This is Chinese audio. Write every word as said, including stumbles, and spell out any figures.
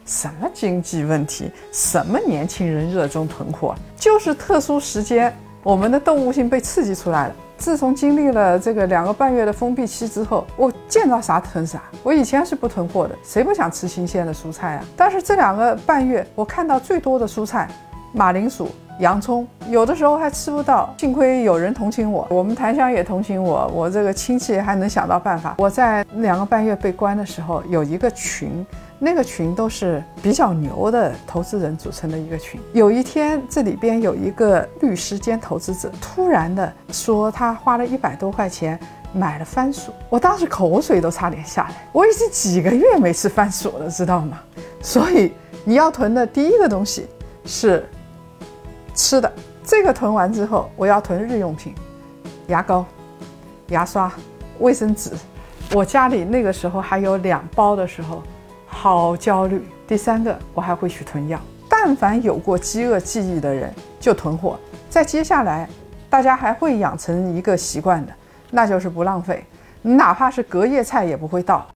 什么经济问题，什么年轻人热衷囤货，就是特殊时间，我们的动物性被刺激出来了。自从经历了这个两个半月的封闭期之后，我见到啥囤啥。我以前是不囤货的，谁不想吃新鲜的蔬菜啊？但是这两个半月，我看到最多的蔬菜，马铃薯、洋葱，有的时候还吃不到，幸亏有人同情我，我们檀香也同情我，我这个亲戚还能想到办法。我在两个半月被关的时候，有一个群，那个群都是比较牛的投资人组成的一个群。有一天，这里边有一个律师兼投资者，突然的说他花了一百多块钱买了番薯，我当时口水都差点下来。我已经几个月没吃番薯了，知道吗？所以你要囤的第一个东西是吃的，这个囤完之后，我要囤日用品，牙膏、牙刷、卫生纸。我家里那个时候还有两包的时候，好焦虑。第三个，我还会去囤药。但凡有过饥饿记忆的人就囤货。在接下来，大家还会养成一个习惯的，那就是不浪费，哪怕是隔夜菜也不会倒。